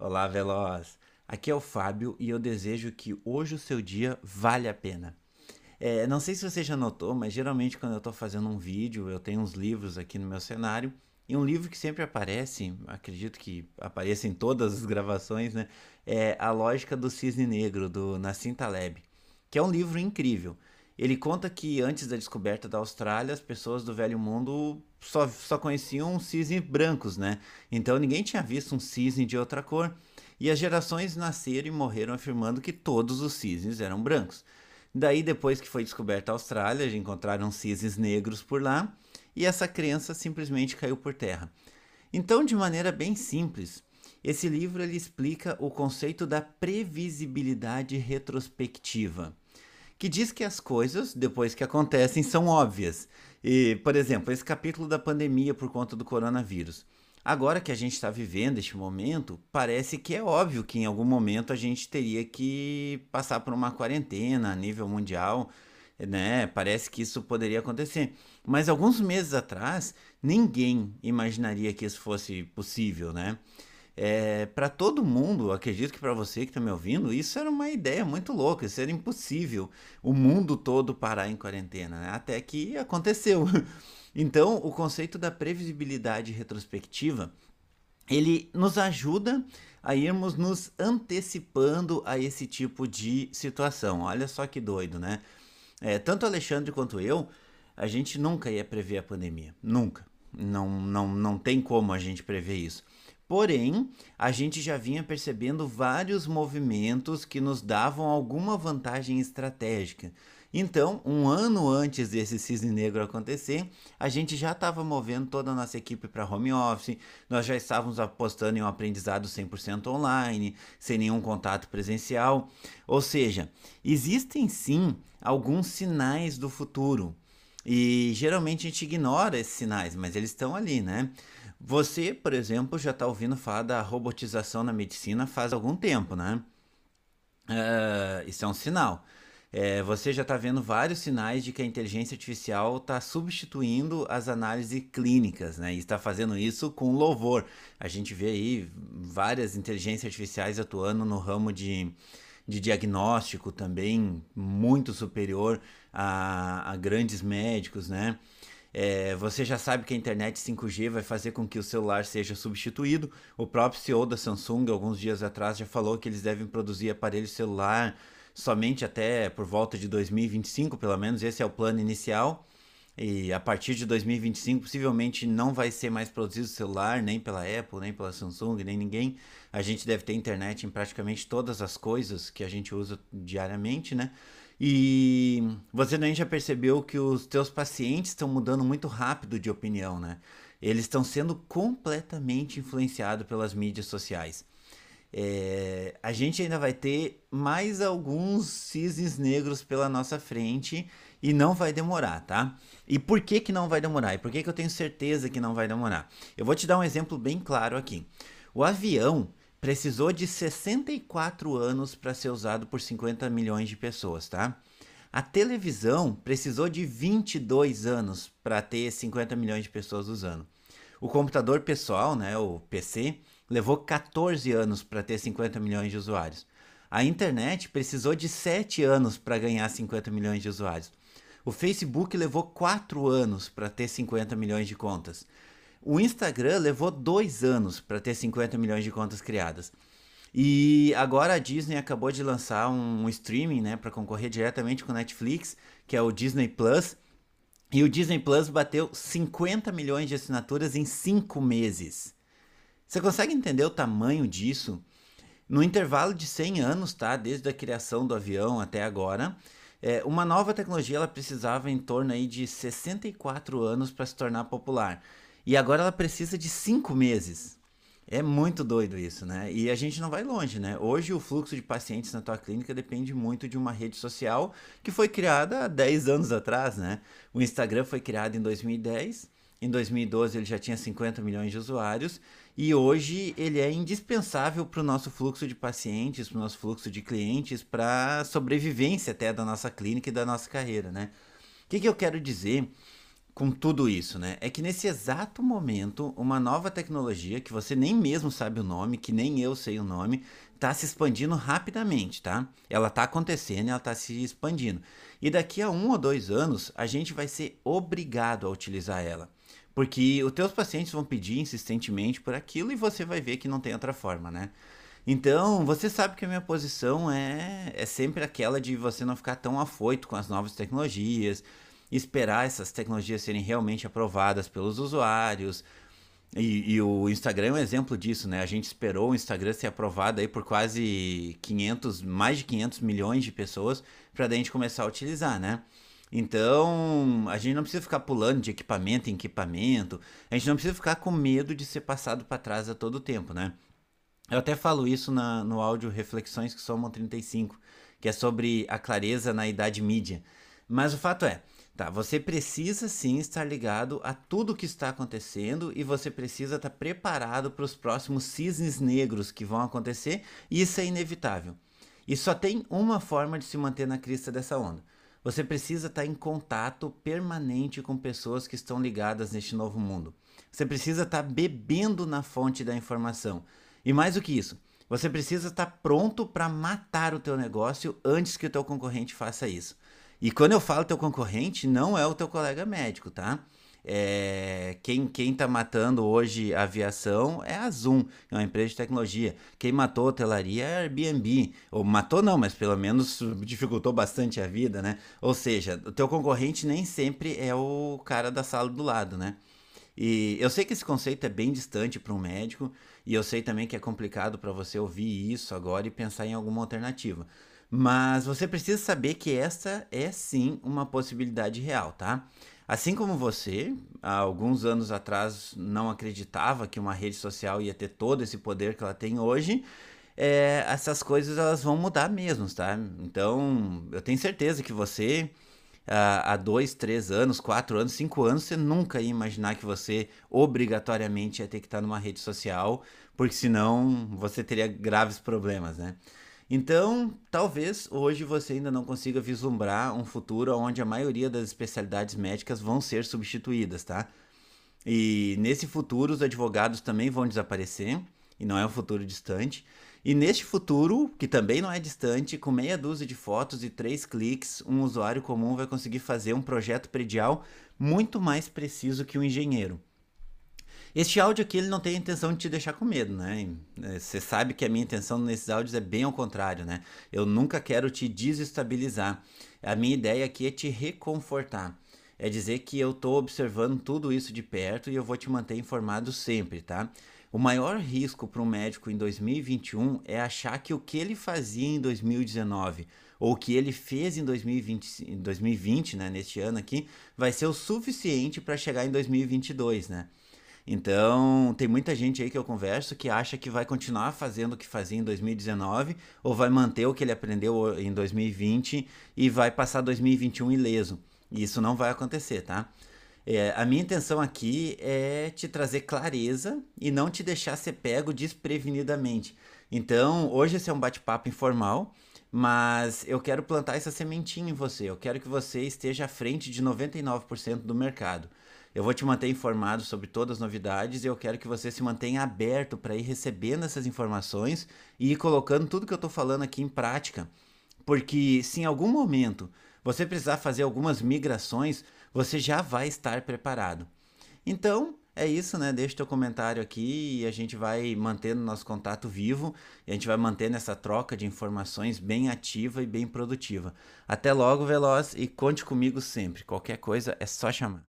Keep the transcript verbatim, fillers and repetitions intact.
Olá, Veloz. Aqui é o Fábio e eu desejo que hoje o seu dia vale a pena. É, não sei se você já notou, mas geralmente quando eu estou fazendo um vídeo, eu tenho uns livros aqui no meu cenário. E um livro que sempre aparece, acredito que apareça em todas as gravações, né? É A Lógica do Cisne Negro, do Nassim Taleb, que é um livro incrível. Ele conta que antes da descoberta da Austrália, as pessoas do Velho Mundo só, só conheciam cisnes brancos, né? Então ninguém tinha visto um cisne de outra cor. E as gerações nasceram e morreram afirmando que todos os cisnes eram brancos. Daí, depois que foi descoberta a Austrália, encontraram cisnes negros por lá e essa crença simplesmente caiu por terra. Então, de maneira bem simples, esse livro ele explica o conceito da previsibilidade retrospectiva, que diz que as coisas, depois que acontecem, são óbvias. E, por exemplo, esse capítulo da pandemia por conta do coronavírus. Agora que a gente está vivendo este momento, parece que é óbvio que em algum momento a gente teria que passar por uma quarentena a nível mundial, né? Parece que isso poderia acontecer. Mas alguns meses atrás, ninguém imaginaria que isso fosse possível, né? É, para todo mundo, acredito que para você que está me ouvindo, isso era uma ideia muito louca, isso era impossível, o mundo todo parar em quarentena, né? Até que aconteceu. Então, o conceito da previsibilidade retrospectiva, ele nos ajuda a irmos nos antecipando a esse tipo de situação. Olha só que doido, né? É, tanto Alexandre quanto eu, a gente nunca ia prever a pandemia. Nunca. Não, não, não tem como a gente prever isso. Porém, a gente já vinha percebendo vários movimentos que nos davam alguma vantagem estratégica. Então, um ano antes desse cisne negro acontecer, a gente já estava movendo toda a nossa equipe para home office, nós já estávamos apostando em um aprendizado cem por cento online, sem nenhum contato presencial. Ou seja, existem sim alguns sinais do futuro. E geralmente a gente ignora esses sinais, mas eles estão ali, né? Você, por exemplo, já está ouvindo falar da robotização na medicina faz algum tempo, né? Ah, isso é um sinal. É, você já está vendo vários sinais de que a inteligência artificial está substituindo as análises clínicas, né? E está fazendo isso com louvor. A gente vê aí várias inteligências artificiais atuando no ramo de, de diagnóstico também muito superior a, a grandes médicos, né? É, você já sabe que a internet cinco G vai fazer com que o celular seja substituído. O próprio C E O da Samsung, alguns dias atrás, já falou que eles devem produzir aparelho celular somente até por volta de dois mil e vinte e cinco, pelo menos esse é o plano inicial. E a partir de dois mil e vinte e cinco, possivelmente não vai ser mais produzido celular, nem pela Apple, nem pela Samsung, nem ninguém. A gente deve ter internet em praticamente todas as coisas que a gente usa diariamente, né? E você também já percebeu que os teus pacientes estão mudando muito rápido de opinião, né? Eles estão sendo completamente influenciados pelas mídias sociais. É, a gente ainda vai ter mais alguns cisnes negros pela nossa frente e não vai demorar, tá? E por que que não vai demorar? E por que que eu tenho certeza que não vai demorar? Eu vou te dar um exemplo bem claro aqui. O avião precisou de sessenta e quatro anos para ser usado por cinquenta milhões de pessoas, tá? A televisão precisou de vinte e dois anos para ter cinquenta milhões de pessoas usando. O computador pessoal, né, o P C, levou quatorze anos para ter cinquenta milhões de usuários. A internet precisou de sete anos para ganhar cinquenta milhões de usuários. O Facebook levou quatro anos para ter cinquenta milhões de contas. O Instagram levou dois anos para ter cinquenta milhões de contas criadas. E agora a Disney acabou de lançar um streaming, né, para concorrer diretamente com a Netflix, que é o Disney Plus. E o Disney Plus bateu cinquenta milhões de assinaturas em cinco meses. Você consegue entender o tamanho disso? No intervalo de cem anos, tá? Desde a criação do avião até agora, é, uma nova tecnologia ela precisava em torno aí de sessenta e quatro anos para se tornar popular. E agora ela precisa de cinco meses. É muito doido isso, né? E a gente não vai longe, né? Hoje o fluxo de pacientes na tua clínica depende muito de uma rede social que foi criada há dez anos atrás, né? O Instagram foi criado em dois mil e dez, em dois mil e doze ele já tinha cinquenta milhões de usuários e hoje ele é indispensável para o nosso fluxo de pacientes, para o nosso fluxo de clientes, para a sobrevivência até da nossa clínica e da nossa carreira, né? O que, que eu quero dizer com tudo isso, né? É que nesse exato momento, uma nova tecnologia que você nem mesmo sabe o nome, que nem eu sei o nome, está se expandindo rapidamente, tá? Ela está acontecendo, ela está se expandindo. E daqui a um ou dois anos, a gente vai ser obrigado a utilizar ela. Porque os teus pacientes vão pedir insistentemente por aquilo e você vai ver que não tem outra forma, né? Então, você sabe que a minha posição é, é sempre aquela de você não ficar tão afoito com as novas tecnologias, esperar essas tecnologias serem realmente aprovadas pelos usuários. E, e o Instagram é um exemplo disso, né? A gente esperou o Instagram ser aprovado aí por quase quinhentos, mais de quinhentos milhões de pessoas para daí a gente começar a utilizar, né? Então, a gente não precisa ficar pulando de equipamento em equipamento, a gente não precisa ficar com medo de ser passado para trás a todo tempo, né? Eu até falo isso na- no áudio Reflexões que Somam trinta e cinco, que é sobre a clareza na idade mídia. Mas o fato é, tá, você precisa sim estar ligado a tudo o que está acontecendo e você precisa estar preparado para os próximos cisnes negros que vão acontecer, e isso é inevitável. E só tem uma forma de se manter na crista dessa onda. Você precisa estar em contato permanente com pessoas que estão ligadas neste novo mundo. Você precisa estar bebendo na fonte da informação. E mais do que isso, você precisa estar pronto para matar o teu negócio antes que o teu concorrente faça isso. E quando eu falo teu concorrente, não é o teu colega médico, tá? É, quem, quem tá matando hoje a aviação é a Zoom, é uma empresa de tecnologia. Quem matou a hotelaria é a Airbnb. Ou matou não, mas pelo menos dificultou bastante a vida, né? Ou seja, o teu concorrente nem sempre é o cara da sala do lado, né? E eu sei que esse conceito é bem distante para um médico, e eu sei também que é complicado para você ouvir isso agora e pensar em alguma alternativa. Mas você precisa saber que essa é sim uma possibilidade real, tá? Assim como você, há alguns anos atrás, não acreditava que uma rede social ia ter todo esse poder que ela tem hoje, é, essas coisas elas vão mudar mesmo, tá? Então, eu tenho certeza que você há há dois, três anos, quatro anos, cinco anos, você nunca ia imaginar que você obrigatoriamente ia ter que estar numa rede social, porque senão você teria graves problemas, né? Então, talvez hoje você ainda não consiga vislumbrar um futuro onde a maioria das especialidades médicas vão ser substituídas, tá? E nesse futuro, os advogados também vão desaparecer, e não é um futuro distante. E neste futuro, que também não é distante, com meia dúzia de fotos e três cliques, um usuário comum vai conseguir fazer um projeto predial muito mais preciso que um engenheiro. Este áudio aqui ele não tem a intenção de te deixar com medo, né? É, você sabe que a minha intenção nesses áudios é bem ao contrário, né? Eu nunca quero te desestabilizar. A minha ideia aqui é te reconfortar. É dizer que eu estou observando tudo isso de perto e eu vou te manter informado sempre, tá? O maior risco para um médico em dois mil e vinte e um é achar que o que ele fazia em dois mil e dezenove ou o que ele fez em dois mil e vinte, em dois mil e vinte, né, neste ano aqui, vai ser o suficiente para chegar em dois mil e vinte e dois, né? Então, tem muita gente aí que eu converso que acha que vai continuar fazendo o que fazia em dois mil e dezenove ou vai manter o que ele aprendeu em dois mil e vinte e vai passar dois mil e vinte e um ileso. E isso não vai acontecer, tá? É, a minha intenção aqui é te trazer clareza e não te deixar ser pego desprevenidamente. Então, hoje esse é um bate-papo informal, mas eu quero plantar essa sementinha em você. Eu quero que você esteja à frente de noventa e nove por cento do mercado. Eu vou te manter informado sobre todas as novidades e eu quero que você se mantenha aberto para ir recebendo essas informações e ir colocando tudo que eu estou falando aqui em prática. Porque se em algum momento você precisar fazer algumas migrações, você já vai estar preparado. Então, é isso, né? Deixa teu comentário aqui e a gente vai mantendo nosso contato vivo e a gente vai mantendo essa troca de informações bem ativa e bem produtiva. Até logo, Veloz, e conte comigo sempre. Qualquer coisa é só chamar.